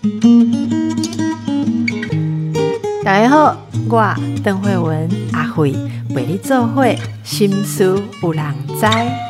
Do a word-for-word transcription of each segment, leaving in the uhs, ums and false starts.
大家好，我邓惠文阿惠陪你做伙心思有人知。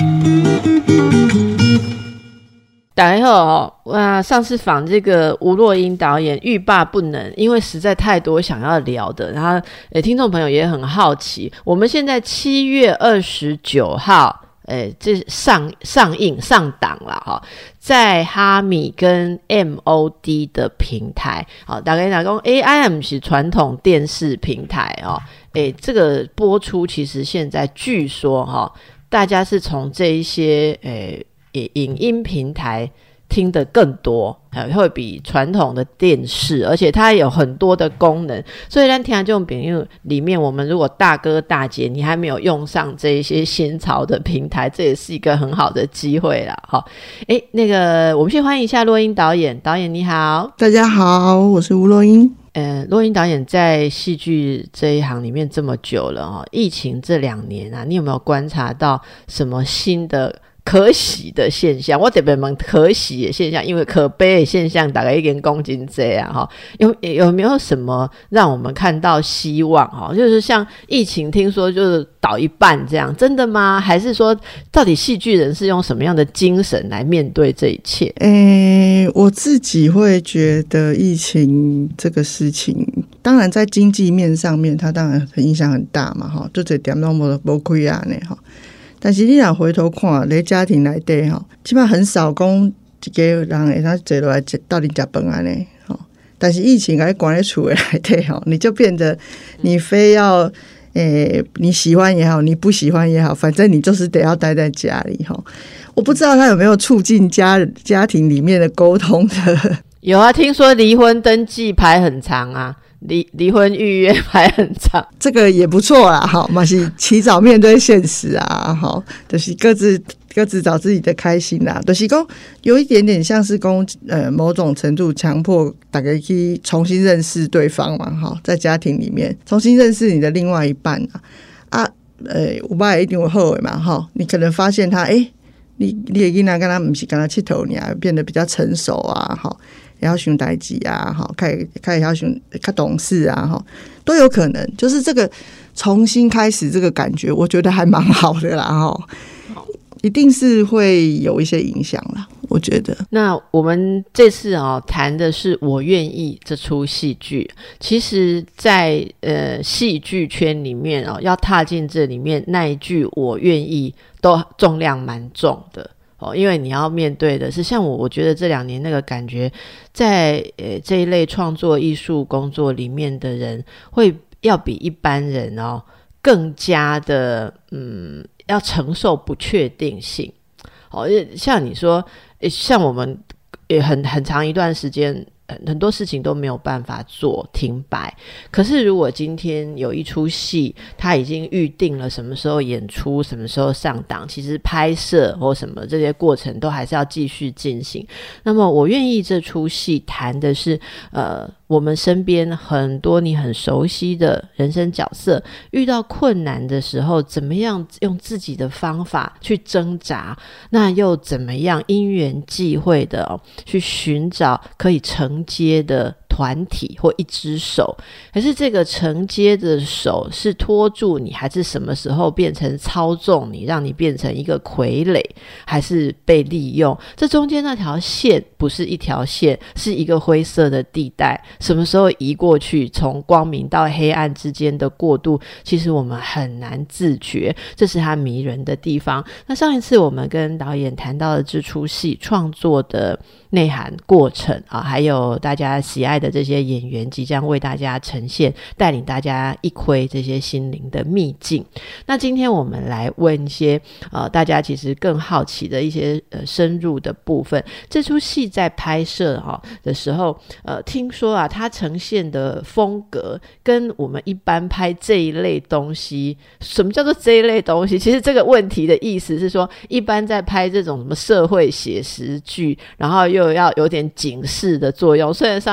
大家好，哇！上次访这个吴若英导演欲罢不能，因为实在太多想要聊的，然后诶，听众朋友也很好奇。我们现在七月二十九号，诶，这上上映上档了哈，在哈米跟 M O D 的平台，好，大概讲讲 A I M 是传统电视平台哦，诶，这个播出其实现在据说哈，大家是从这一些诶。影音平台听得更多，会比传统的电视，而且它有很多的功能，所以咱听这种朋友里面，我们如果大哥大姐你还没有用上这一些新潮的平台，这也是一个很好的机会啦。好，诶，那个我们先欢迎一下若英导演。导演你好。 大家好，我是吴若英。 呃，若英导演在戏剧这一行里面这么久了哦，疫情这两年啊，你有没有观察到什么新的可喜的现象？我特别问可喜的现象，因为可悲的现象大概已经讲很多啊哈。有有没有什么让我们看到希望哈？就是像疫情，听说就是倒一半这样，真的吗？还是说，到底戏剧人是用什么样的精神来面对这一切？ 诶，我自己会觉得疫情这个事情，当然在经济面上面，它当然很影响很大嘛哈，就这点都没没亏啊呢哈。但是你若回头看，在家庭内底吼，基本上很少讲一个人会当坐落来到底吃饭安尼吼。但是疫情给关在厝的内底吼，你就变得你非要诶、欸，你喜欢也好，你不喜欢也好，反正你就是得要待在家里吼。我不知道他有没有促进家家庭里面的沟通的。 有啊，听说离婚登记排很长啊。离离婚预约排很长， 这个也不错啦，好嘛，是起早面对现实啊，好，就是各自各自找自己的开心啦，就是说有一点点像是说呃某种程度强迫大家去重新认识对方嘛，哈，在家庭里面重新认识你的另外一半啊，啊，呃，有歹一定会好的嘛，哈，你可能发现他，哎、欸，你你的囡仔跟他不是跟他佚佗，你啊变得比较成熟啊，哈。也要想代志啊，哈，开开始要想较懂事啊，哈，都有可能。就是这个重新开始这个感觉，我觉得还蛮好的啦，哈，一定是会有一些影响啦，我觉得。 那我们这次哦谈的是我愿意这出戏剧，其实在呃戏剧圈里面哦，要踏进这里面那一句我愿意都重量蛮重的。哦，因为你要面对的是像我我觉得这两年那个感觉在呃这一类创作艺术工作里面的人会要比一般人哦更加的嗯要承受不确定性。哦，像你说像我们也很很长一段时间很多事情都没有办法做停摆，可是如果今天有一出戏他已经预定了什么时候演出什么时候上档，其实拍摄或什么这些过程都还是要继续进行。那么我愿意这出戏谈的是呃我们身边很多你很熟悉的人生角色遇到困难的时候怎么样用自己的方法去挣扎，那又怎么样因缘际会的、哦、去寻找可以承接的团体或一只手，可是这个承接的手是拖住你，还是什么时候变成操纵你，让你变成一个傀儡，还是被利用？这中间那条线不是一条线，是一个灰色的地带，什么时候移过去，从光明到黑暗之间的过渡，其实我们很难自觉，这是它迷人的地方。那上一次我们跟导演谈到的这出戏创作的内涵过程啊，还有大家喜爱的这些演员即将为大家呈现，带领大家一窥这些心灵的秘境。那今天我们来问一些呃大家其实更好奇的一些呃深入的部分。这出戏在拍摄哈、哦、的时候，呃听说啊它呈现的风格跟我们一般拍这一类东西，什么叫做这一类东西？其实这个问题的意思是说，一般在拍这种什么社会写实剧，然后又要有点警示的作用。虽然上一集我们也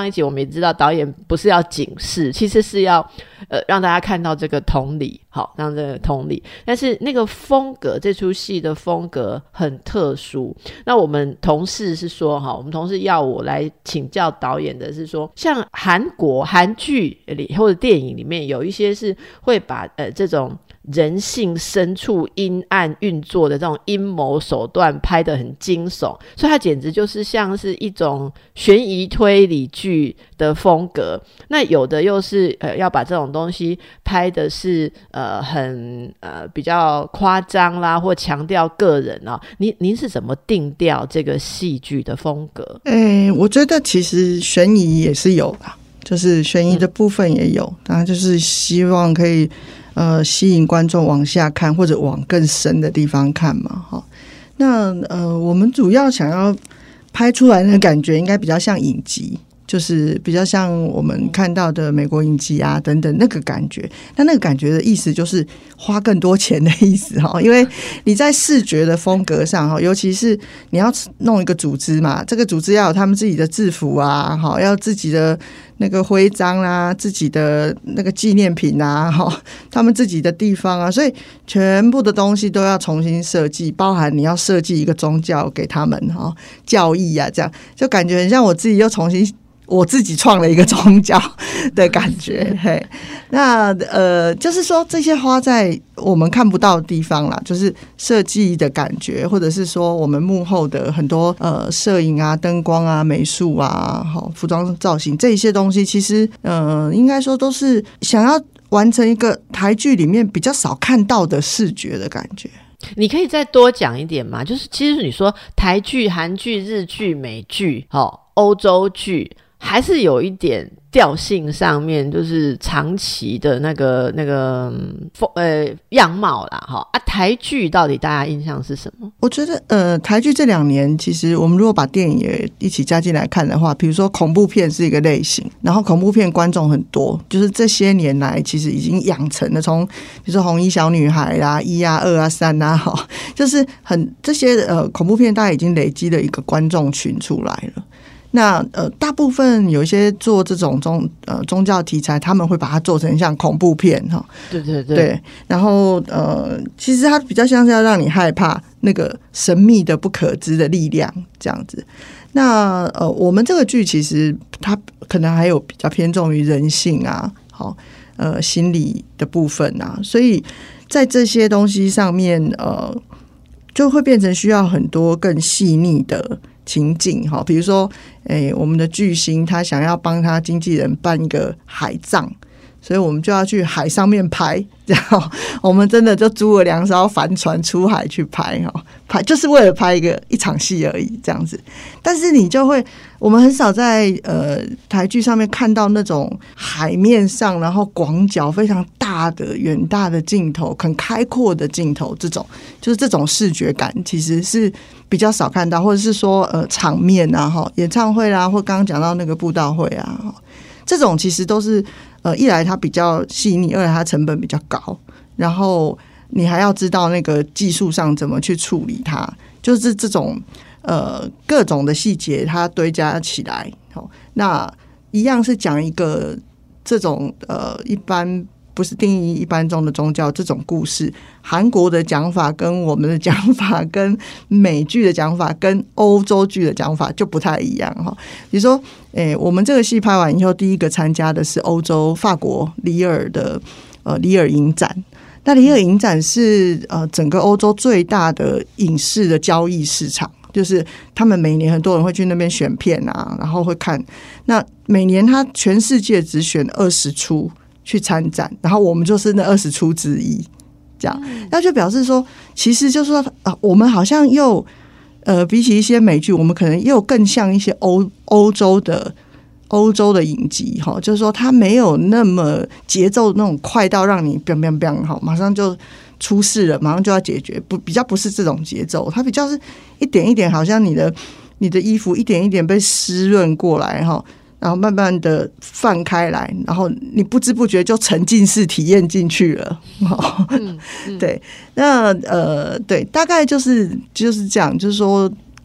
也知道导演不是要警示，其实是要呃让大家看到这个同理，好，让这个同理。但是那个风格，这出戏的风格很特殊。那我们同事是说，哈，我们同事要我来请教导演的是说，像韩国韩剧里或者电影里面有一些是会把呃这种人性深处阴暗运作的这种阴谋手段拍得很惊悚，所以它简直就是像是一种悬疑推理剧的风格。那有的又是呃要把这种东西拍的是呃很呃比较夸张啦，或强调个人啊。您您是怎么定调这个戏剧的风格？ 诶、欸，我觉得其实悬疑也是有啦，就是悬疑的部分也有，当然、嗯、就是希望可以呃吸引观众往下看，或者往更深的地方看嘛。哈，那呃我们主要想要拍出来的感觉，应该比较像影集。就是比较像我们看到的美国影集啊等等那个感觉，那那个感觉的意思就是花更多钱的意思哈，因为你在视觉的风格上哈，尤其是你要弄一个组织嘛，这个组织要有他们自己的制服啊，哈，要自己的那个徽章啊，自己的那个纪念品啊，哈，他们自己的地方啊，所以全部的东西都要重新设计，包含你要设计一个宗教给他们哈，教义啊，这样就感觉很像我自己又重新。我自己创了一个宗教的感觉，嘿，那呃，就是说这些花在我们看不到的地方啦，就是设计的感觉，或者是说我们幕后的很多呃摄影啊、灯光啊、美术啊、好服装造型这一些东西，其实呃，应该说都是想要完成一个台剧里面比较少看到的视觉的感觉。 你可以再多讲一点吗？就是其实你说台剧、韩剧、日剧、美剧、哦、欧洲剧。还是有一点调性上面，就是长期的那个那个呃样貌啦，哈啊，台剧到底大家印象是什么？ 我觉得呃，台剧这两年其实我们如果把电影也一起加进来看的话，比如说恐怖片是一个类型，然后恐怖片观众很多，就是这些年来其实已经养成了从比如说红衣小女孩啦、一啊、二啊、三啊，哈，就是很这些呃恐怖片，大概已经累积了一个观众群出来了。那呃，大部分有一些做这种宗呃宗教题材，他们会把它做成像恐怖片哈， 对对对， 对。然后呃，其实它比较像是要让你害怕那个神秘的不可知的力量这样子。那呃，我们这个剧其实它可能还有比较偏重于人性啊，好呃心理的部分啊，所以在这些东西上面呃，就会变成需要很多更细腻的情境哈，比如说，诶、欸，我们的巨星他想要帮他经纪人办一个海葬，所以我们就要去海上面拍，然后我们真的就租了两艘帆船出海去拍哈，拍就是为了拍一个一场戏而已这样子。但是你就会，我们很少在呃台剧上面看到那种海面上，然后广角非常大的远大的镜头，很开阔的镜头，这种就是这种视觉感其实是比较少看到，或者是说呃场面啊哈，演唱会啦，或刚刚讲到那个布道会啊，这种其实都是呃一来它比较细腻，二来它成本比较高，然后你还要知道那个技术上怎么去处理它，就是这种呃各种的细节它堆加起来，好，那一样是讲一个这种呃一般不是定义一般中的宗教这种故事，韩国的讲法跟我们的讲法跟美剧的讲法跟欧洲剧的讲法就不太一样哈。比如说，诶、欸，我们这个戏拍完以后，第一个参加的是欧洲法国里尔的呃里尔影展。那里尔影展是呃整个欧洲最大的影视的交易市场，就是他们每年很多人会去那边选片啊，然后会看。那每年他全世界只选二十出去参展，然后我们就是那二十出之一，这样，那就表示说，其实就是说，啊，我们好像又，呃，比起一些美剧，我们可能又更像一些欧欧洲的欧洲的影集哈，就是说它没有那么节奏那种快到让你 biang biang biang 哈，马上就出事了，马上就要解决，不比较不是这种节奏，它比较是一点一点，好像你的你的衣服一点一点被湿润过来哈。然后慢慢的放開來，然後你不知不覺就沉浸式體驗進去了。嗯嗯、對，那呃，對，大概就是就是這樣，就是說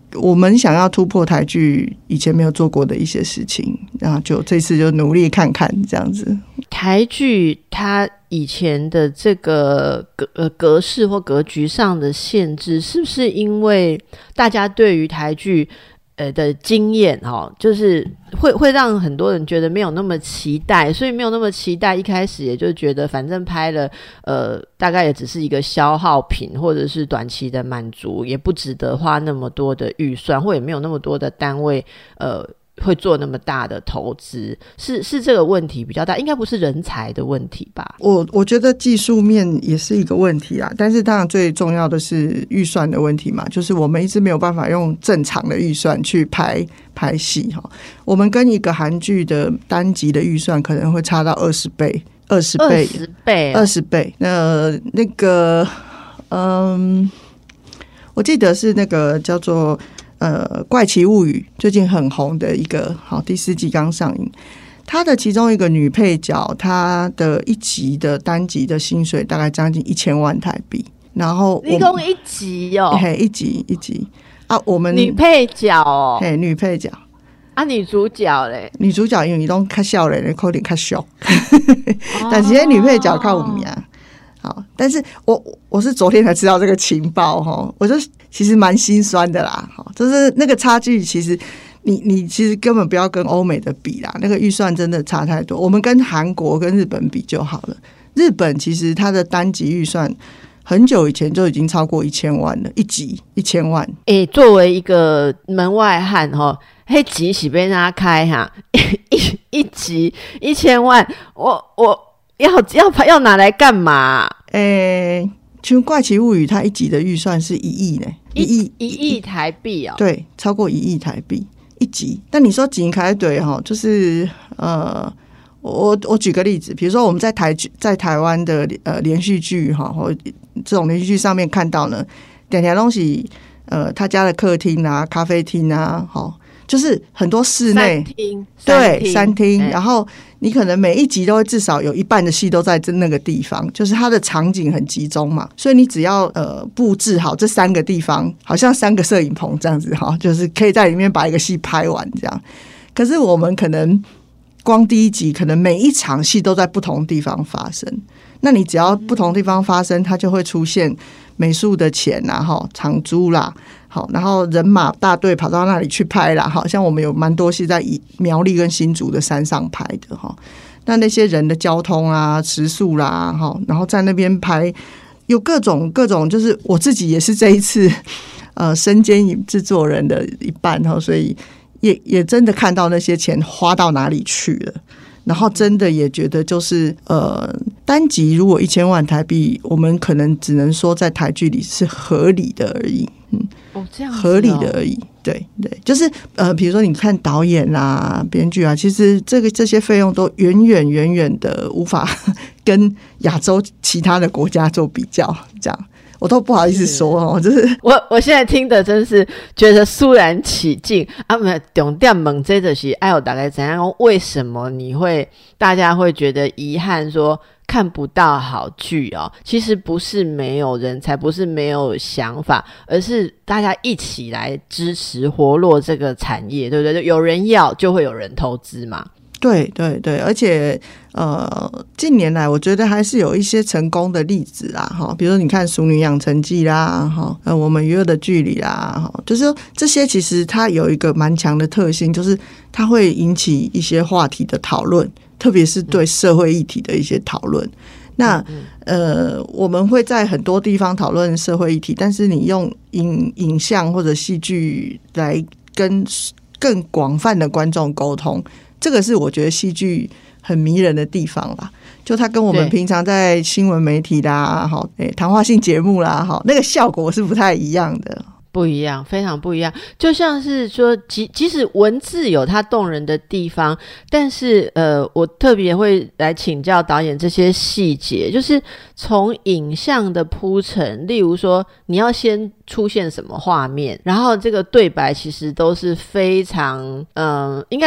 我们想要突破台剧以前没有做过的一些事情，然后就这次就努力看看这样子。 台剧它以前的这个格呃格式或格局上的限制，是不是因为大家对于台剧呃的经验哦，就是会会让很多人觉得没有那么期待，所以没有那么期待，一开始也就觉得反正拍了呃大概也只是一个消耗品或者是短期的满足，也不值得花那么多的预算，或也没有那么多的单位呃会做那么大的投资，是是这个问题比较大，应该不是人才的问题吧？ 我我觉得技术面也是一个问题啦，但是当然最重要的是预算的问题嘛，就是我们一直没有办法用正常的预算去拍拍戏哈。我们跟一个韩剧的单集的预算可能会差到二十倍，二十倍， 二十倍， 二十倍。那那个，嗯，我记得是那个叫做。呃，怪奇物语最近很红的一个，好，第四季刚上映。她的其中一个女配角，她的一集的单集的薪水大概将近一千万台币。然后一共一集哦， 嘿，一集一集啊，我们女配角哦， 嘿，女配角啊，女主角嘞， 女主角因为都较少年的，可能较俗，但是女配角较有名。好，但是我我是昨天才知道这个情报哈，我就其实蛮心酸的啦。就是那个差距，其实你你其实根本不要跟欧美的比啦，那个预算真的差太多。我们跟韩国跟日本比就好了。日本其实它的单集预算很久以前就已经超过一千万了，一集一千万。 诶、欸，作为一个门外汉哈，那集是被拉开哈，一一集一千万，我我。要要要拿来干嘛？ 诶、欸，像怪奇物语，它一集的预算是一亿呢， 一亿一亿台币哦， 对，超过一亿台币一集。但你说景开对哈，就是呃，我我举个例子，比如说我们在台在台湾的呃连续剧哈，或这种连续剧上面看到呢，点点东西，呃，他家的客厅啊、咖啡厅啊，好。就是很多室内餐厅， 对餐厅， 欸、 然后你可能每一集都会至少有一半的戏都在那个地方，就是它的场景很集中嘛，所以你只要呃布置好这三个地方，好像三个摄影棚这样子哈，就是可以在里面把一个戏拍完这样。可是我们可能光第一集，可能每一场戏都在不同地方发生，那你只要不同地方发生，它就会出现美术的钱啦、哈场租啦。好，然后人马大队跑到那里去拍啦，好像我们有蛮多是在苗栗跟新竹的山上拍的哈。那那些人的交通啊、食宿啦，哈，然后在那边拍，有各种各种，就是我自己也是这一次呃身兼制作人的一半哈，所以也也真的看到那些钱花到哪里去了。然后真的也觉得就是呃，单集如果一千万台币，我们可能只能说在台剧里是合理的而已，嗯， 哦，这样子哦， 合理的而已，对对，就是呃，比如说你看导演啊、编剧啊，其实这个这些费用都远远远远的无法跟亚洲其他的国家做比较，这样。我都不好意思说哦，就是我我现在听的真是觉得肃然起敬啊！没重点问这就是哎，我大概怎样？为什么你会大家会觉得遗憾说看不到好剧哦？其实不是没有人才，不是没有想法，而是大家一起来支持活络这个产业，对不对？有人要就会有人投资嘛。 对对对，而且呃，近年来我觉得还是有一些成功的例子啦，哈，比如说你看《熟女养成记》啦，哈，呃，我们娱乐的距离啦，哈，就是说这些其实它有一个蛮强的特性，就是它会引起一些话题的讨论，特别是对社会议题的一些讨论。那呃，我们会在很多地方讨论社会议题，但是你用影影像或者戏剧来跟更广泛的观众沟通。这个是我觉得戏剧很迷人的地方啦，就它跟我们平常在新闻媒体啦、好诶谈话性节目啦，好那个效果是不太一样的。 不一样，非常不一样。就像是说即即使文字有它动人的地方，但是呃，我特别会来请教导演这些细节，就是从影像的铺陈，例如说你要先出现什么画面，然后这个对白其实都是非常嗯、呃，应该说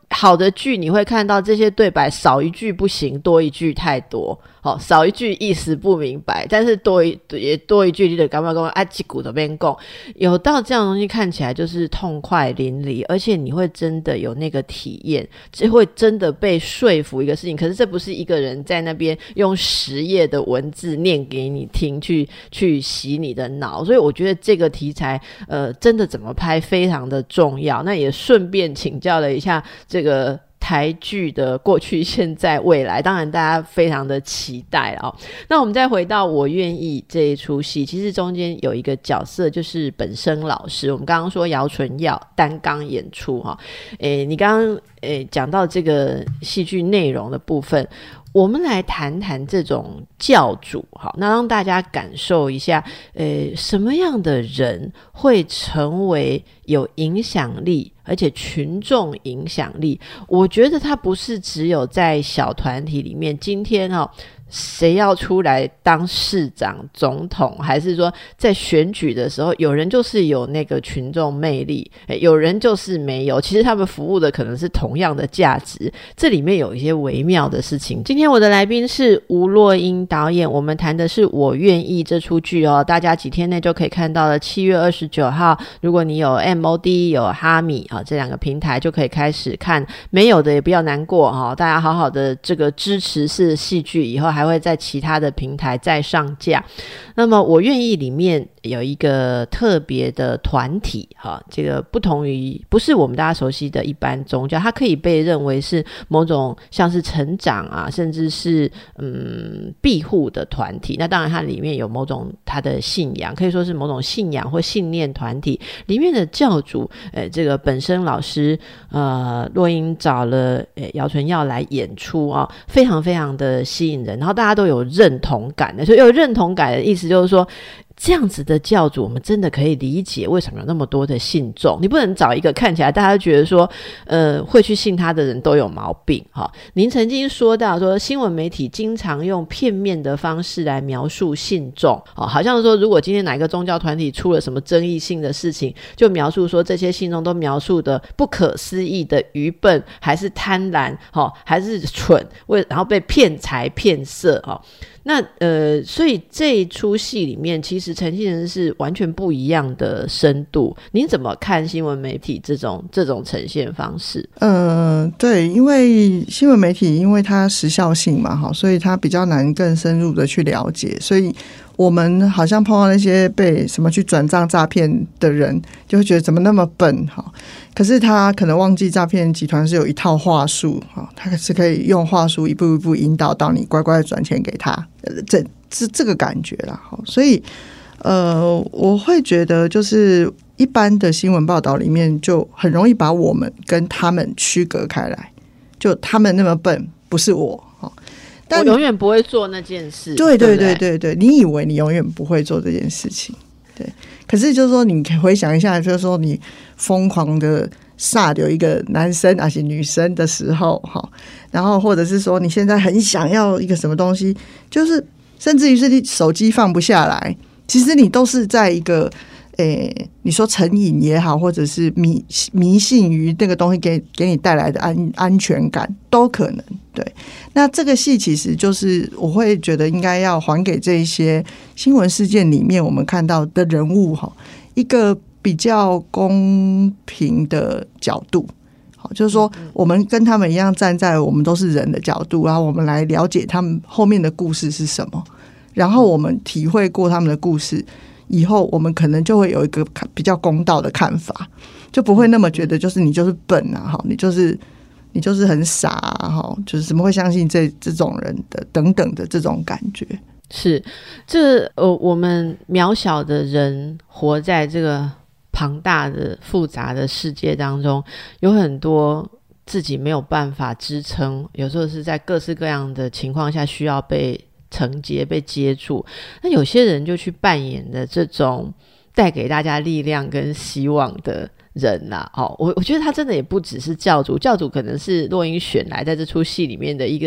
好的剧你会看到这些对白少一句不行，多一句太多，哦，少一句意思不明白，但是多一也多一句你就感觉说啊这股都边讲，有到这样的东西看起来就是痛快淋漓，而且你会真的有那个体验，就会真的被说服一个事情。可是这不是一个人在那边用十页的文字念给你听去去洗你的脑，所以我觉得这个题材呃真的怎么拍非常的重要。那也顺便请教了一下这个台剧的过去现在未来，当然大家非常的期待哦。那我们再回到我愿意这一出戏，其实中间有一个角色就是本生老师，我们刚刚说姚纯耀担纲演出哈、哦。诶，你刚刚诶讲到这个戏剧内容的部分，我们来谈谈这种教主，好，那让大家感受一下，呃，什么样的人会成为有影响力，而且群众影响力？我觉得他不是只有在小团体里面，今天哦，谁要出来当市长、总统，还是说在选举的时候，有人就是有那个群众魅力，有人就是没有，其实他们服务的可能是同样的价值，这里面有一些微妙的事情。今天我的来宾是吴若英导演，我们谈的是我愿意这出剧哦，大家几天内就可以看到了，七月二十九号，如果你有 M O D 有哈米啊这两个平台就可以开始看，没有的也不要难过哈，大家好好的这个支持是戏剧，以后还会在其他的平台再上架。那么我愿意里面有一个特别的团体哈，这个不同于不是我们大家熟悉的一般宗教，它可以被认为是某种像是成长啊，甚至是嗯庇护的团体。那当然它里面有某种它的信仰，可以说是某种信仰或信念团体里面的教主，呃，这个本身老师呃若英找了呃姚纯耀来演出啊，非常非常的吸引人，然后大家都有认同感的，所以有认同感的意思就是说，这样子的教主我们真的可以理解为什么有那么多的信众。你不能找一个看起来大家觉得说呃，会去信他的人都有毛病哈。您曾经说到说新闻媒体经常用片面的方式来描述信众，好像说如果今天哪一个宗教团体出了什么争议性的事情，就描述说这些信众都描述的不可思议的愚笨，还是贪婪，还是蠢，然后被骗财骗色。那呃，所以这一出戏里面其实呈现的是完全不一样的深度。您怎么看新闻媒体这种这种呈现方式？ 呃，对，因为新闻媒体因为它时效性嘛，哈，所以它比较难更深入的去了解，所以我们好像碰到那些被什么去转账诈骗的人，就会觉得怎么那么笨哈。可是他可能忘记诈骗集团是有一套话术哈，他是可以用话术一步一步引导到你乖乖转钱给他，这这这个感觉啦。所以呃，我会觉得就是一般的新闻报道里面就很容易把我们跟他们区隔开来，就他们那么笨，不是我。 但我永远不会做那件事。 对对对对对，你以为你永远不会做这件事情，对。可是就是说，你回想一下，就是说你疯狂的煞有一个男生还是女生的时候，然后或者是说你现在很想要一个什么东西，就是甚至于是你手机放不下来，其实你都是在一个。诶，你说成瘾也好，或者是迷迷信于那个东西给给你带来的安安全感，都可能。对，那这个戏其实就是我会觉得应该要还给这一些新闻事件里面我们看到的人物哈一个比较公平的角度。好，就是说我们跟他们一样站在我们都是人的角度，然后我们来了解他们后面的故事是什么，然后我们体会过他们的故事。以后我们可能就会有一个比较公道的看法，就不会那么觉得就是你就是笨啊，你就是你就是很傻啊，就是怎么会相信这这种人的等等的这种感觉。 是这呃，我们渺小的人活在这个庞大的复杂的世界当中，有很多自己没有办法支撑，有时候是在各式各样的情况下需要被承接被接住，那有些人就去扮演的这种带给大家力量跟希望的人啦、啊哦、我, 我觉得他真的也不只是教主，教主可能是若英选来在这出戏里面的一个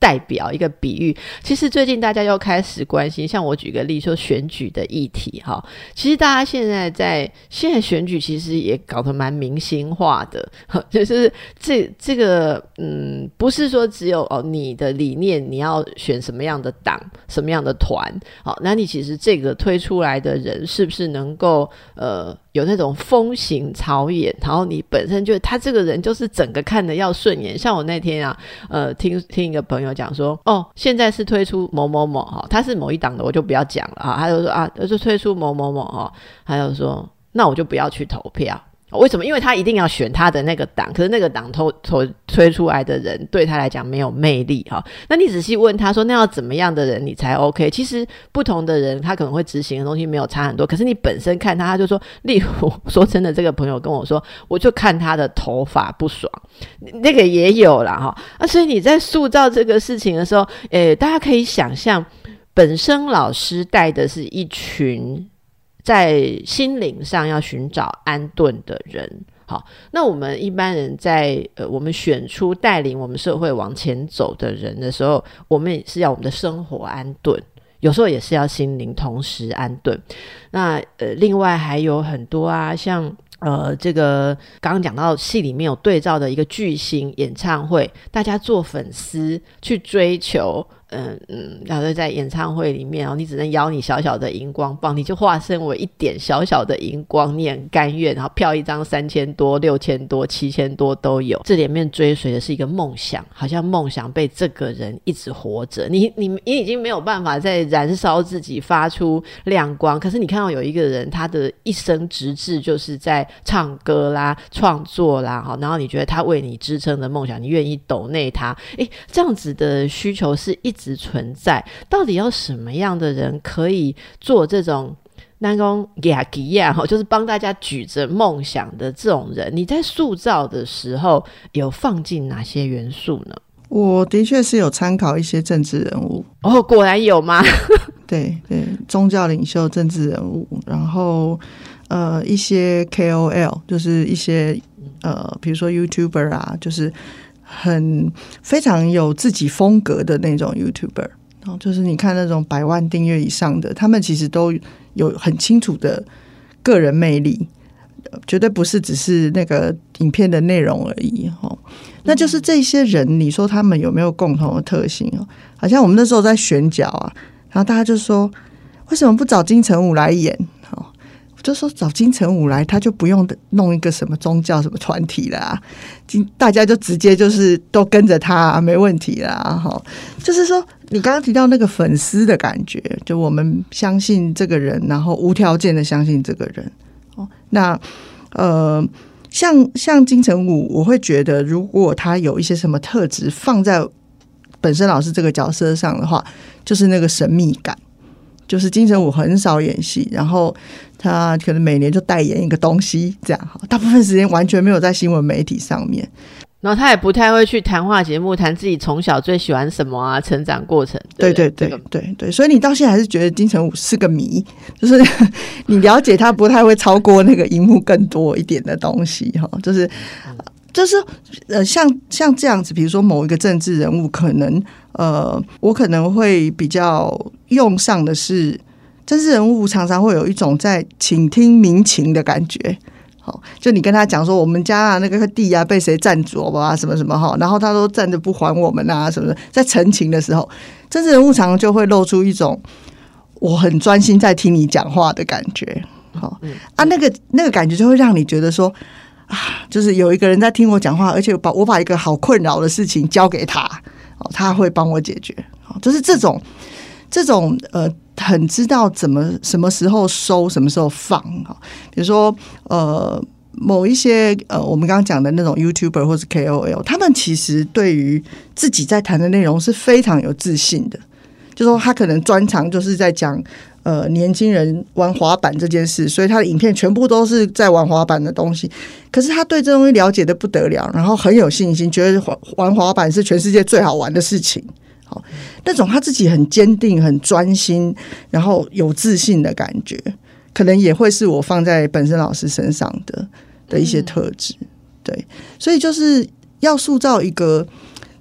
代表一个比喻。其实最近大家又开始关心，像我举个例说选举的议题哈，其实大家现在在现在选举其实也搞得蛮明星化的，就是这这个嗯，不是说只有哦你的理念你要选什么样的党什么样的团，好，那你其实这个推出来的人是不是能够呃有那种风行草野，然后你本身就他这个人就是整个看得要顺眼。像我那天啊呃听听一个朋友讲说，哦现在是推出某某某、哦、他是某一党的我就不要讲了、哦、他就说啊就推出某某某、哦、他就说那我就不要去投票。为什么？因为他一定要选他的那个党，可是那个党投投推出来的人对他来讲没有魅力哈。那你仔细问他说，那要怎么样的人你才 OK？ 其实不同的人他可能会执行的东西没有差很多，可是你本身看他，他就说，例如说真的，这个朋友跟我说，我就看他的头发不爽，那个也有啦哈。啊，所以你在塑造这个事情的时候，诶，大家可以想象，本身老师带的是一群在心灵上要寻找安顿的人。好，那我们一般人在呃，我们选出带领我们社会往前走的人的时候，我们也是要我们的生活安顿，有时候也是要心灵同时安顿。那呃，另外还有很多啊，像呃，这个刚刚讲到戏里面有对照的一个巨星演唱会，大家做粉丝去追求嗯嗯，然后在演唱会里面、哦、你只能摇你小小的荧光棒，你就化身为一点小小的荧光，你很甘愿，然后票一张三千多、六千多、七千多都有。这里面追随的是一个梦想，好像梦想被这个人一直活着，你你你已经没有办法再燃烧自己发出亮光。可是你看到有一个人，他的一生直至就是在唱歌啦、创作啦，然后你觉得他为你支撑的梦想，你愿意抖内他，诶，这样子的需求是一直存在。到底要什么样的人可以做这种那种亚吉亚，就是帮大家举着梦想的这种人？你在塑造的时候有放进哪些元素呢？ 我的确是有参考一些政治人物。 哦，果然有吗？ 对对，宗教领袖、政治人物，然后呃一些 K O L， 就是一些呃比如说 YouTuber 啊，就是很非常有自己风格的那种 YouTuber， 然后就是你看那种百万订阅以上的，他们其实都有很清楚的个人魅力，绝对不是只是那个影片的内容而已。那就是这些人，你说他们有没有共同的特性？好像我们那时候在选角啊，然后大家就说为什么不找金城武来演？我就说找金城武来，他就不用弄一个什么宗教什么团体了啊，大家就直接就是都跟着他、啊、没问题啦。就是说你刚刚提到那个粉丝的感觉，就我们相信这个人，然后无条件的相信这个人。那呃，像像金城武，我会觉得如果他有一些什么特质放在本身老师这个角色上的话，就是那个神秘感。就是金城武很少演戏，然后他可能每年就代言一个东西，这样大部分时间完全没有在新闻媒体上面。 然后他也不太会去谈话节目谈自己从小最喜欢什么啊，成长过程。 对对对、这个、对对，所以你到现在还是觉得金城武是个谜，就是你了解他不太会超过那个荧幕更多一点的东西，就是就是呃，像像这样子，比如说某一个政治人物，可能呃，我可能会比较用上的是政治人物常常会有一种在倾听民情的感觉。好，就你跟他讲说我们家啊那个地啊被谁占走啊什么什么哈，然后他都站着不还我们啊什么的，在陈情的时候，政治人物常常就会露出一种我很专心在听你讲话的感觉。好啊，那个那个感觉就会让你觉得说啊，就是有一个人在听我讲话，而且把我把一个好困扰的事情交给他，他会帮我解决。就是这种这种呃，很知道怎么什么时候收，什么时候放。比如说呃，某一些呃，我们刚刚讲的那种 YouTuber 或是 K O L， 他们其实对于自己在谈的内容是非常有自信的。就说他可能专长就是在讲呃年轻人玩滑板这件事，所以他的影片全部都是在玩滑板的东西。可是他对这东西了解的不得了，然后很有信心，觉得玩滑板是全世界最好玩的事情。好，那种他自己很坚定、很专心，然后有自信的感觉，可能也会是我放在本身老师身上的的一些特质。对，所以就是要塑造一个比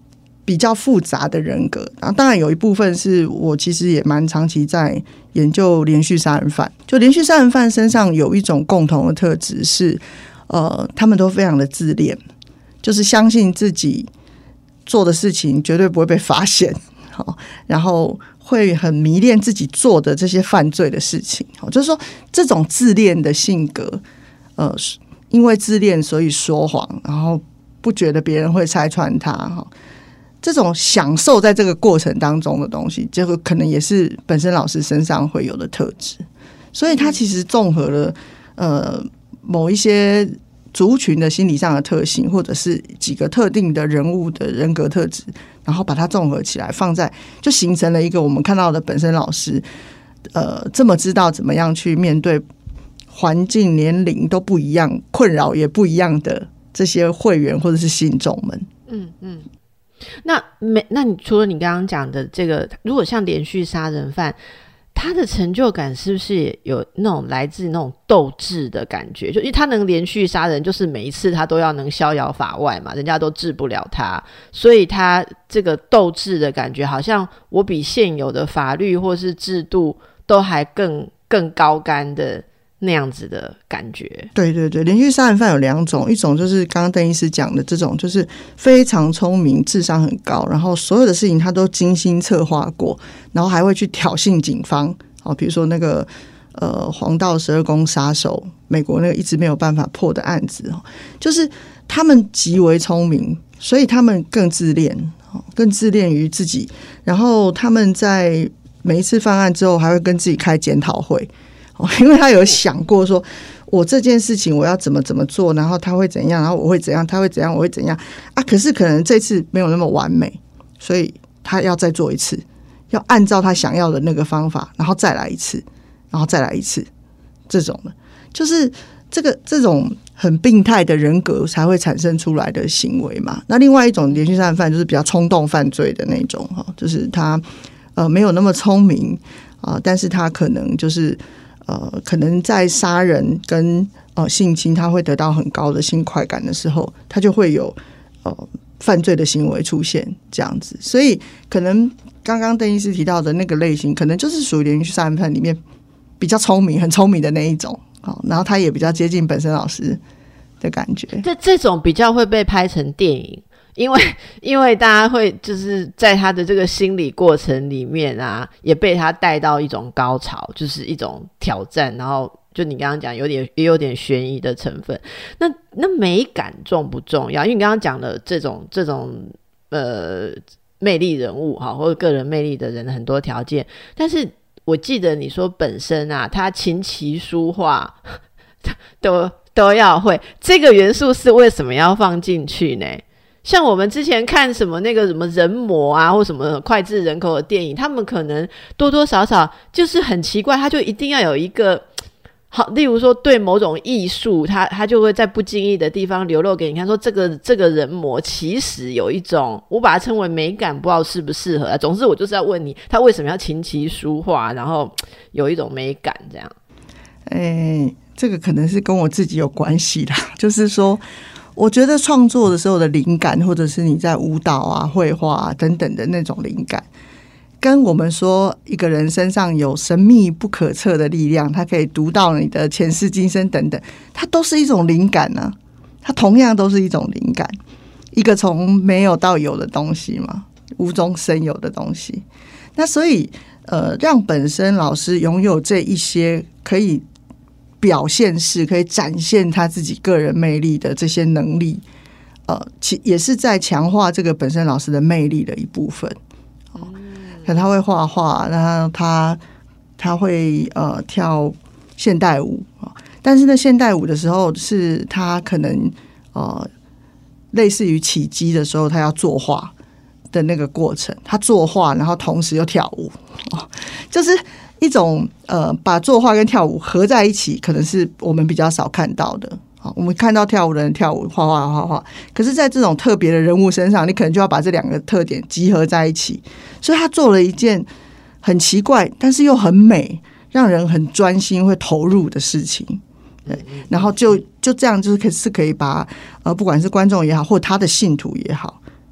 比较复杂的人格。然后当然有一部分是我其实也蛮长期在研究连续杀人犯，就连续杀人犯身上有一种共同的特质是，呃，他们都非常的自恋，就是相信自己做的事情绝对不会被发现，好，然后会很迷恋自己做的这些犯罪的事情，好，就是说这种自恋的性格，呃，因为自恋所以说谎，然后不觉得别人会拆穿他，哈。这种享受在这个过程当中的东西，这个可能也是本身老师身上会有的特质，所以他其实综合了呃某一些族群的心理上的特性，或者是几个特定的人物的人格特质，然后把它综合起来放在，就形成了一个我们看到的本身老师呃这么知道怎么样去面对环境年龄都不一样，困扰也不一样的这些会员或者是信众们。 嗯嗯。那没，那你除了你刚刚讲的这个，如果像连续杀人犯，他的成就感是不是也有那种来自那种斗志的感觉？就因为他能连续杀人，就是每一次他都要能逍遥法外嘛，人家都治不了他，所以他这个斗志的感觉，好像我比现有的法律或是制度都还更更高竿的那样子的感觉。对对对，连续杀人犯有两种，一种就是刚刚邓医师讲的这种，就是非常聪明，智商很高，然后所有的事情他都精心策划过，然后还会去挑衅警方。好，比如说那个呃黄道十二宫杀手，美国那个一直没有办法破的案子，就是他们极为聪明，所以他们更自恋，更自恋于自己，然后他们在每一次犯案之后还会跟自己开检讨会，因为他有想过说我这件事情我要怎么怎么做，然后他会怎样，然后我会怎样，他会怎样，我会怎样啊，可是可能这次没有那么完美，所以他要再做一次，要按照他想要的那个方法，然后再来一次，然后再来一次，这种的就是这个这种很病态的人格才会产生出来的行为嘛。那另外一种连续杀人犯就是比较冲动犯罪的那种，就是他呃没有那么聪明啊、呃，但是他可能就是呃，可能在杀人跟呃性侵，他会得到很高的性快感的时候，他就会有呃犯罪的行为出现这样子。所以可能刚刚邓医师提到的那个类型，可能就是属于连续杀人犯里面比较聪明、很聪明的那一种。好，然后他也比较接近本身老师的感觉。 这这种比较会被拍成电影。因为因为大家会就是在他的这个心理过程里面啊，也被他带到一种高潮，就是一种挑战，然后就你刚刚讲有点也有点悬疑的成分。那那美感重不重要？因为你刚刚讲的这种这种呃魅力人物哈，或者个人魅力的人很多条件，但是我记得你说本身啊，他琴棋书画都都要会，这个元素是为什么要放进去呢？像我们之前看什么那个什么人魔啊，或什么脍炙人口的电影，他们可能多多少少就是很奇怪，他就一定要有一个好，例如说对某种艺术，他他就会在不经意的地方流露给你看，说这个这个人魔其实有一种，我把它称为美感，不知道适不适合啊。总之我就是要问你，他为什么要琴棋书画，然后有一种美感这样？ 哎，这个可能是跟我自己有关系啦，就是说。我觉得创作的时候的灵感，或者是你在舞蹈啊、绘画啊等等的那种灵感，跟我们说一个人身上有神秘不可测的力量，他可以读到你的前世今生等等，它都是一种灵感啊，它同样都是一种灵感，一个从没有到有的东西嘛，无中生有的东西。那所以呃，让本身老师拥有这一些可以表现式可以展现他自己个人魅力的这些能力，呃，其也是在强化这个本身老师的魅力的一部分。哦，可他会画画，然后他他会呃跳现代舞，但是呢，现代舞的时候是他可能呃类似于起机的时候，他要作画的那个过程，他作画，然后同时又跳舞，哦，就是。一种呃，把作画跟跳舞合在一起，可能是我们比较少看到的。好，我们看到跳舞的人跳舞，画画画画，可是在这种特别的人物身上，你可能就要把这两个特点集合在一起。所以他做了一件很奇怪，但是又很美，让人很专心会投入的事情。对，然后就就这样，就是可以是可以把呃，不管是观众也好，或他的信徒也好，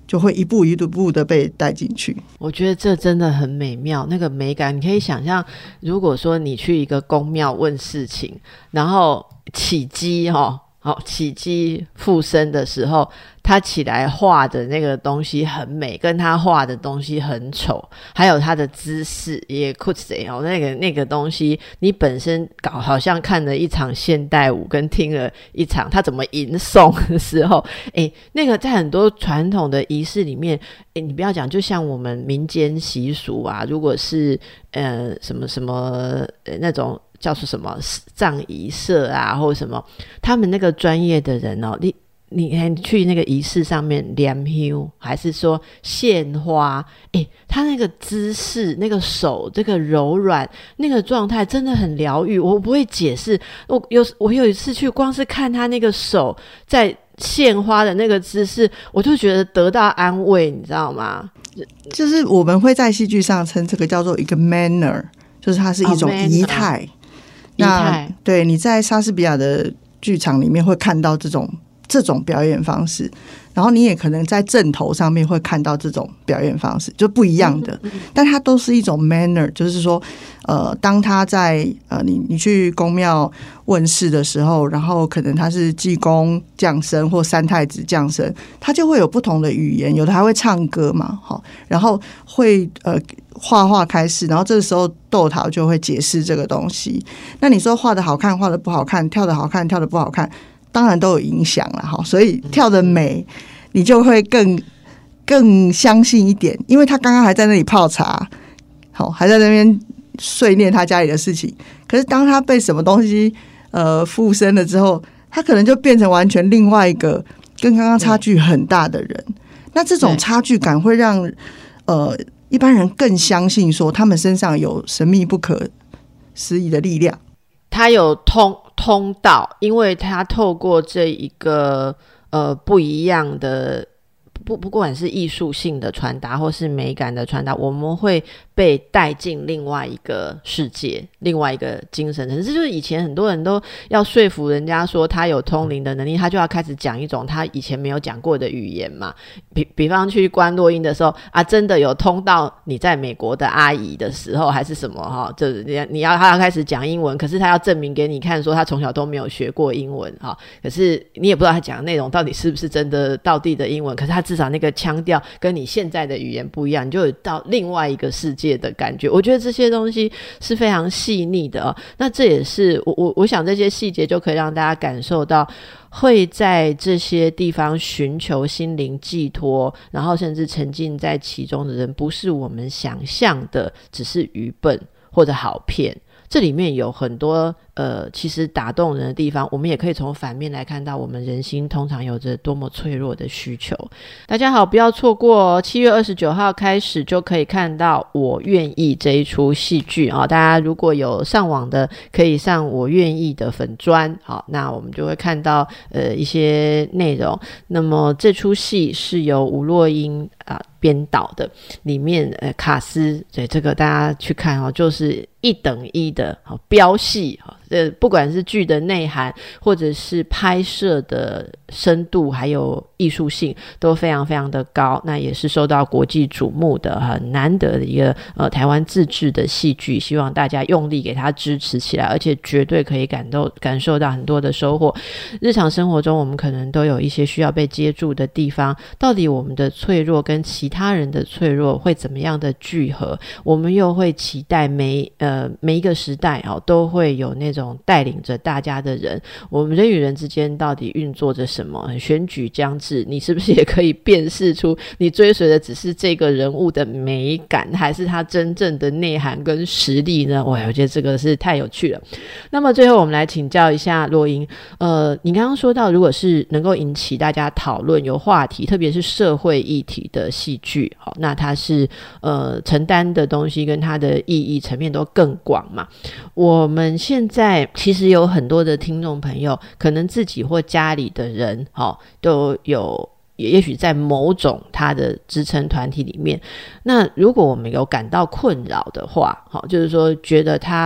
就会一步一步的被带进去。 我觉得这真的很美妙，那个美感你可以想象，如果说你去一个宫庙问事情，然后起乩哦好，起乩附身的时候，他起来画的那个东西很美，跟他画的东西很丑，还有他的姿势也酷谁哦，那个那个东西，你本身搞好像看了一场现代舞，跟听了一场他怎么吟诵的时候，诶，那个在很多传统的仪式里面，诶，你不要讲，就像我们民间习俗啊，如果是呃什么什么、呃、那种。叫做什么葬仪社啊或者什么，他们那个专业的人哦，你你去那个仪式上面念香还是说献花，诶，他那个姿势那个手这个柔软那个状态真的很疗愈，我不会解释。我有我有一次去光是看他那个手在献花的那个姿势，我就觉得得到安慰，你知道吗？ 就是我们会在戏剧上称这个叫做一个 manner， 就是它是一种仪态、哦那对，你在莎士比亚的剧场里面会看到这种这种表演方式，然后你也可能在正头上面会看到这种表演方式，就不一样的，但它都是一种 manner， 就是说呃，当他在呃你你去宫庙问世的时候，然后可能他是济公降生或三太子降生，他就会有不同的语言，有的还会唱歌嘛，好，然后会呃画画开始，然后这个时候豆桃就会解释这个东西。那你说画的好看画的不好看，跳的好看跳的不好看，当然都有影响啦，所以跳的美你就会更更相信一点，因为他刚刚还在那里泡茶，好，还在那边碎念他家里的事情，可是当他被什么东西呃附身了之后，他可能就变成完全另外一个跟刚刚差距很大的人。那这种差距感会让呃一般人更相信说他们身上有神秘不可思议的力量， 他有通通道，因为他透过这一个呃不一样的不不管是艺术性的传达或是美感的传达，我们会被带进另外一个世界，另外一个精神层次。就是以前很多人都要说服人家说他有通灵的能力，他就要开始讲一种他以前没有讲过的语言嘛。比比方去观落阴的时候啊，真的有通到你在美国的阿姨的时候还是什么哈，就是你要他要开始讲英文，可是他要证明给你看说他从小都没有学过英文哈，可是你也不知道他讲的内容到底是不是真的道地的英文，可是他至少那个腔调跟你现在的语言不一样，你就有到另外一个世界的感觉。我觉得这些东西是非常细腻的、哦、那这也是我我我想这些细节就可以让大家感受到，会在这些地方寻求心灵寄托，然后甚至沉浸在其中的人，不是我们想象的只是愚笨或者好骗。这里面有很多呃，其实打动人的地方，我们也可以从反面来看到我们人心通常有着多么脆弱的需求。大家好，不要错过哦，七月二十九号开始就可以看到我愿意这一出戏剧啊、哦！大家如果有上网的，可以上我愿意的粉专，好，那我们就会看到呃一些内容。那么这出戏是由吴若英啊、呃、编导的，里面呃卡斯，对这个大家去看哦，就是一等一的好飙戏哈。呃，不管是剧的内涵，或者是拍摄的深度，还有艺术性，都非常非常的高。那也是受到国际瞩目的很难得的一个呃台湾自制的戏剧，希望大家用力给它支持起来，而且绝对可以感到感受到很多的收获。日常生活中，我们可能都有一些需要被接住的地方，到底我们的脆弱跟其他人的脆弱会怎么样的聚合？我们又会期待每呃每一个时代哦，都会有那种带领着大家的人，我们人与人之间到底运作着什么？选举将至，你是不是也可以辨识出你追随的只是这个人物的美感，还是他真正的内涵跟实力呢？哇，我觉得这个是太有趣了。那么最后我们来请教一下若英，呃，你刚刚说到如果是能够引起大家讨论有话题，特别是社会议题的戏剧，好，那它是呃承担的东西跟它的意义层面都更广嘛。我们现在其实有很多的听众朋友，可能自己或家里的人、哦、都有也许在某种他的支撑团体里面，那如果我们有感到困扰的话、哦、就是说觉得他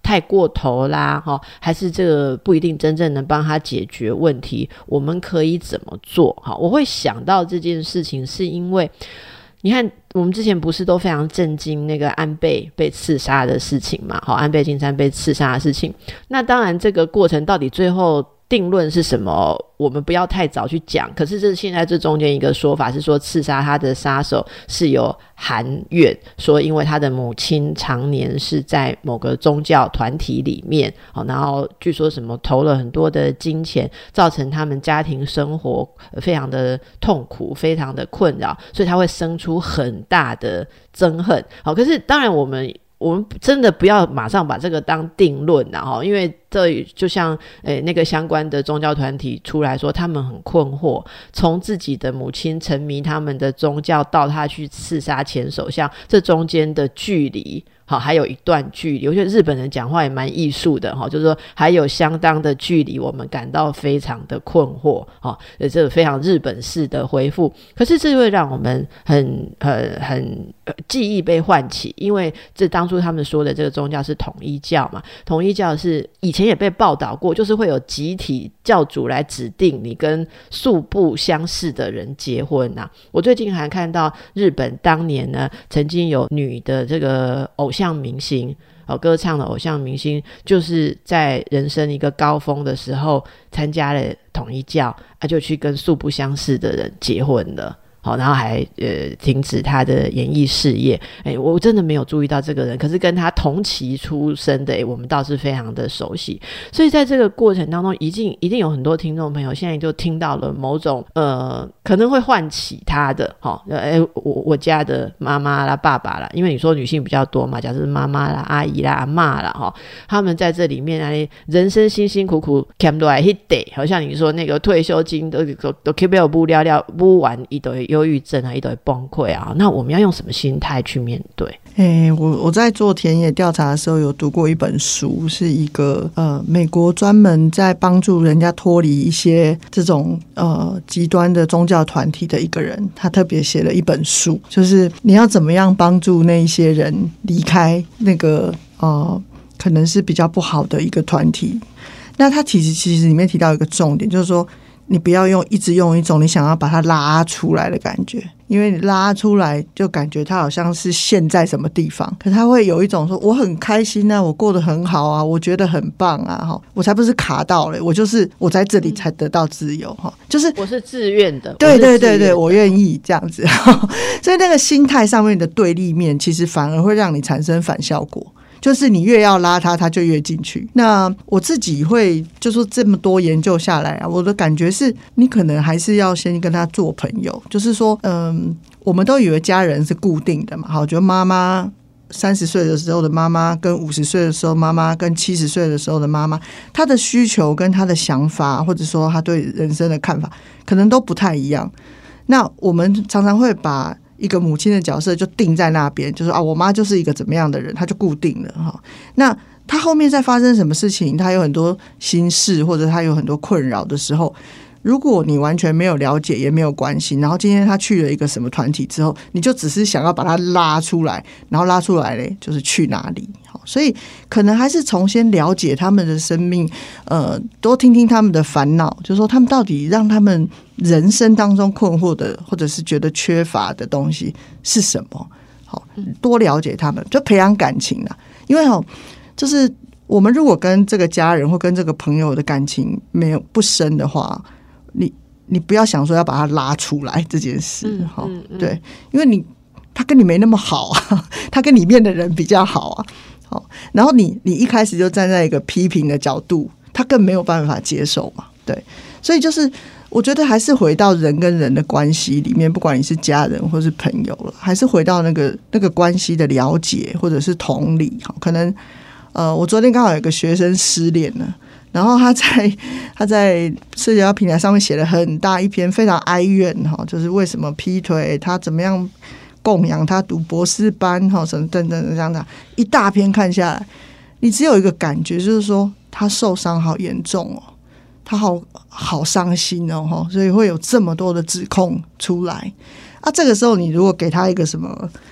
太过头啦，哦，还是这个不一定真正能帮他解决问题，我们可以怎么做？好，我会想到这件事情是因为你看我们之前不是都非常震惊那个安倍被刺杀的事情嘛，好，安倍晋三被刺杀的事情，那当然这个过程到底最后定论是什么我们不要太早去讲，可是这现在这中间一个说法是说刺杀他的杀手是有含怨，说因为他的母亲常年是在某个宗教团体里面，然后据说什么投了很多的金钱，造成他们家庭生活非常的痛苦，非常的困扰，所以他会生出很大的憎恨。好，可是当然我们我们真的不要马上把这个当定论啊，因为这就像诶那个相关的宗教团体出来说他们很困惑，从自己的母亲沉迷他们的宗教到他去刺杀前首相，这中间的距离好，还有一段距离，我觉得日本人讲话也蛮艺术的，就是说还有相当的距离，我们感到非常的困惑，这个非常日本式的回复，可是这会让我们很很很记忆被唤起，因为这当初他们说的这个宗教是统一教嘛，统一教是以前也被报道过，就是会有集体教主来指定你跟素不相识的人结婚啊。我最近还看到日本当年呢曾经有女的这个偶像明星，哦，歌唱的偶像明星，就是在人生一个高峰的时候参加了统一教，啊，就去跟素不相识的人结婚了。好，然后还呃停止他的演艺事业。哎，我真的没有注意到这个人，可是跟他同期出生的，哎，我们倒是非常的熟悉。所以在这个过程当中，一定一定有很多听众朋友现在就听到了某种呃可能会唤起他的，好、哦，哎，我我家的妈妈啦、爸爸啦，因为你说女性比较多嘛，假设是妈妈啦、阿姨啦、阿嬷啦，哈、哦，他们在这里面哎，人生辛辛苦苦欠落来迄day，好像你说那个退休金都都都 keep 不不了了不完一堆。忧郁症啊，一堆崩溃啊，那我们要用什么心态去面对？ 欸、我我在做田野调查的时候有读过一本书，是一个呃美国专门在帮助人家脱离一些这种呃极端的宗教团体的一个人，他特别写了一本书，就是你要怎么样帮助那一些人离开那个呃可能是比较不好的一个团体。那他其实其实里面提到一个重点，就是说你不要用一直用一种你想要把它拉出来的感觉，因为你拉出来就感觉它好像是陷在什么地方，可是它会有一种说我很开心啊，我过得很好啊，我觉得很棒啊，我才不是卡到了，我就是我在这里才得到自由，就是我是自愿的， 对对对对，我愿意这样子。所以那个心态上面的对立面其实反而会让你产生反效果，就是你越要拉他，他就越进去。那我自己会就说这么多研究下来啊，我的感觉是你可能还是要先跟他做朋友，就是说嗯，我们都以为家人是固定的嘛，好，就妈妈三十岁的时候的妈妈跟五十岁的时候妈妈跟七十岁的时候的妈妈，她的需求跟她的想法或者说她对人生的看法可能都不太一样。那我们常常会把一个母亲的角色就定在那边，就是啊，我妈就是一个怎么样的人，她就固定了哈。那她后面再发生什么事情，她有很多心事或者她有很多困扰的时候，如果你完全没有了解也没有关系，然后今天她去了一个什么团体之后，你就只是想要把她拉出来，然后拉出来嘞就是去哪里。所以可能还是从先了解他们的生命，呃，多听听他们的烦恼，就是说他们到底让他们人生当中困惑的或者是觉得缺乏的东西是什么。好，多了解他们，就培养感情啦。因为哦，就是我们如果跟这个家人或跟这个朋友的感情没有不深的话，你你不要想说要把他拉出来这件事。嗯嗯嗯、对，因为你他跟你没那么好啊，他跟里面的人比较好啊。然后你你一开始就站在一个批评的角度，他更没有办法接受嘛，对，所以就是我觉得还是回到人跟人的关系里面，不管你是家人或是朋友了，还是回到那个那个关系的了解或者是同理。可能呃，我昨天刚好有个学生失恋了，然后他在他在社交平台上面写了很大一篇非常哀怨哈，就是为什么劈腿，他怎么样供养他读博士班什么等等这样的一大篇看下来，你只有一个感觉，就是说他受伤好严重哦，他好好伤心哦，所以会有这么多的指控出来啊。这个时候你如果给他一个什么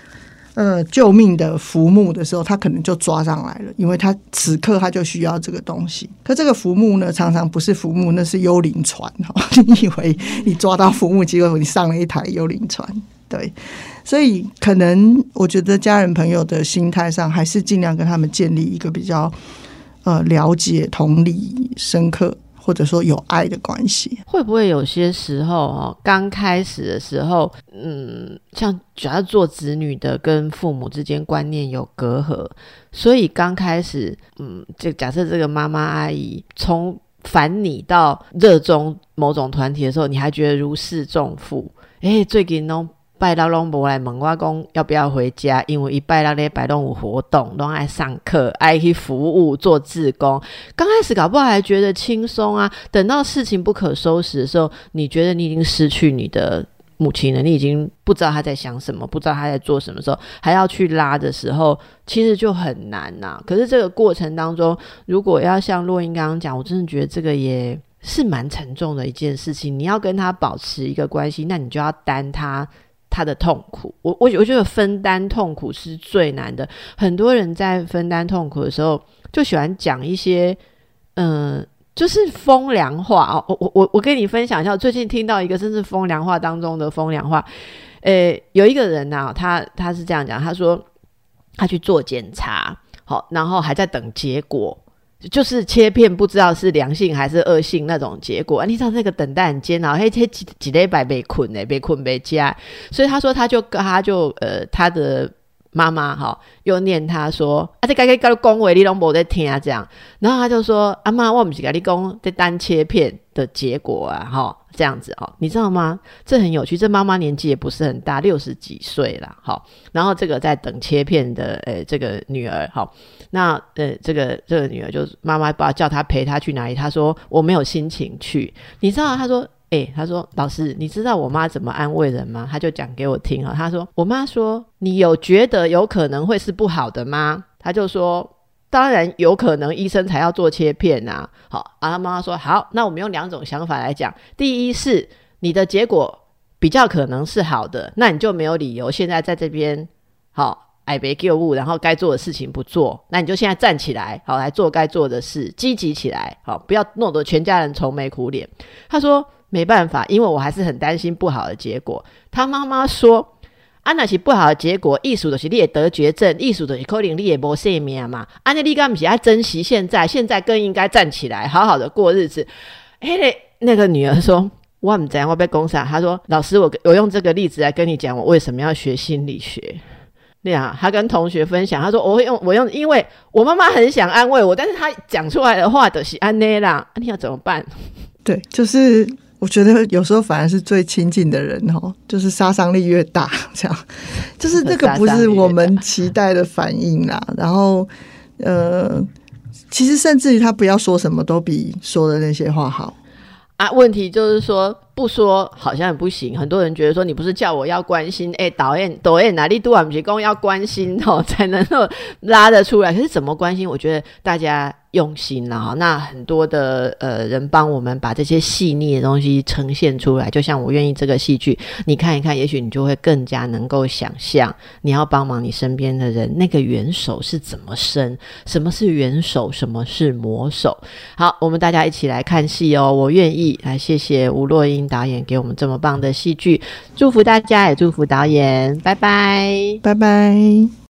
呃救命的浮木的时候，他可能就抓上来了，因为他此刻他就需要这个东西。可这个浮木呢，常常不是浮木，那是幽灵船。你以为你抓到浮木，结果你上了一台幽灵船。对，所以可能我觉得家人朋友的心态上，还是尽量跟他们建立一个比较呃了解、同理、深刻，或者说有爱的关系。 会不会有些时候哦，刚开始的时候，嗯，像主要做子女的跟父母之间观念有隔阂，所以刚开始，嗯，就假设这个妈妈阿姨从烦你到热衷某种团体的时候，你还觉得如释重负。诶，最近都拜六拢无来问我讲要不要回家，因为一拜六礼拜拢有活动，拢爱上课，爱去服务做志工。刚开始搞不好还觉得轻松啊，等到事情不可收拾的时候，你觉得你已经失去你的母亲了，你已经不知道他在想什么，不知道他在做什么时候，还要去拉的时候，其实就很难啊。可是这个过程当中，如果要像洛英刚刚讲，我真的觉得这个也是蛮沉重的一件事情。你要跟他保持一个关系，那你就要担他他的痛苦。我我我觉得分担痛苦是最难的。很多人在分担痛苦的时候，就喜欢讲一些嗯、呃，就是风凉话哦。我我我跟你分享一下，我最近听到一个真是风凉话当中的风凉话。呃，有一个人啊，他他是这样讲，他说他去做检查，好，然后还在等结果。就是切片不知道是良性还是恶性那种结果、啊、你知道那个等待很煎熬，嘿，几几礼拜没困呢，没困没加，所以他说他就他就呃他的妈妈哈又念他说啊，这该该该讲话你都没在听啊这样，然后他就说阿妈，我不是跟你讲这单切片的结果啊哈。这样子哦，你知道吗？这很有趣。这妈妈年纪也不是很大，六十几岁啦。好，然后这个在等切片的，呃，这个女儿，好，那呃，这个这个女儿就妈妈不知道叫她陪她去哪里，她说我没有心情去。你知道，她说，哎、欸，她说老师，你知道我妈怎么安慰人吗？她就讲给我听啊。她说，我妈说，你有觉得有可能会是不好的吗？她就说。当然有可能医生才要做切片啊。好，啊，他妈妈说好，那我们用两种想法来讲。第一是你的结果比较可能是好的，那你就没有理由现在在这边好矮别救物，然后该做的事情不做，那你就现在站起来，好来做该做的事，积极起来，好不要弄得全家人愁眉苦脸。他说没办法，因为我还是很担心不好的结果。他妈妈说啊，那是不好的结果，意思就是你也得绝症，意思就是可能你也没生命嘛。啊，那你干不是要珍惜现在，现在更应该站起来，好好的过日子。嘿嘞，那个女儿说，我不知道我要讲啥。她说，老师，我我用这个例子来跟你讲，我为什么要学心理学。对啊，她跟同学分享，她说我会用我用，因为我妈妈很想安慰我，但是她讲出来的话就是安内啦，啊，你要怎么办？ 对，就是。我觉得有时候反而是最亲近的人哦，就是杀伤力越大，这样就是那个不是我们期待的反应啦。然后呃，其实甚至于他不要说什么都比说的那些话好啊。问题就是说不说好像也不行，很多人觉得说你不是叫我要关心，哎、欸，导演导演哪里都不是说要关心哦，才能够拉得出来。可是怎么关心？我觉得大家。用心啦，那很多的呃人帮我们把这些细腻的东西呈现出来，就像我愿意这个戏剧，你看一看，也许你就会更加能够想象，你要帮忙你身边的人，那个元首是怎么生，什么是元首，什么是魔手。好，我们大家一起来看戏哦，我愿意来，谢谢吴若英导演给我们这么棒的戏剧，祝福大家，也祝福导演，拜拜， 拜拜。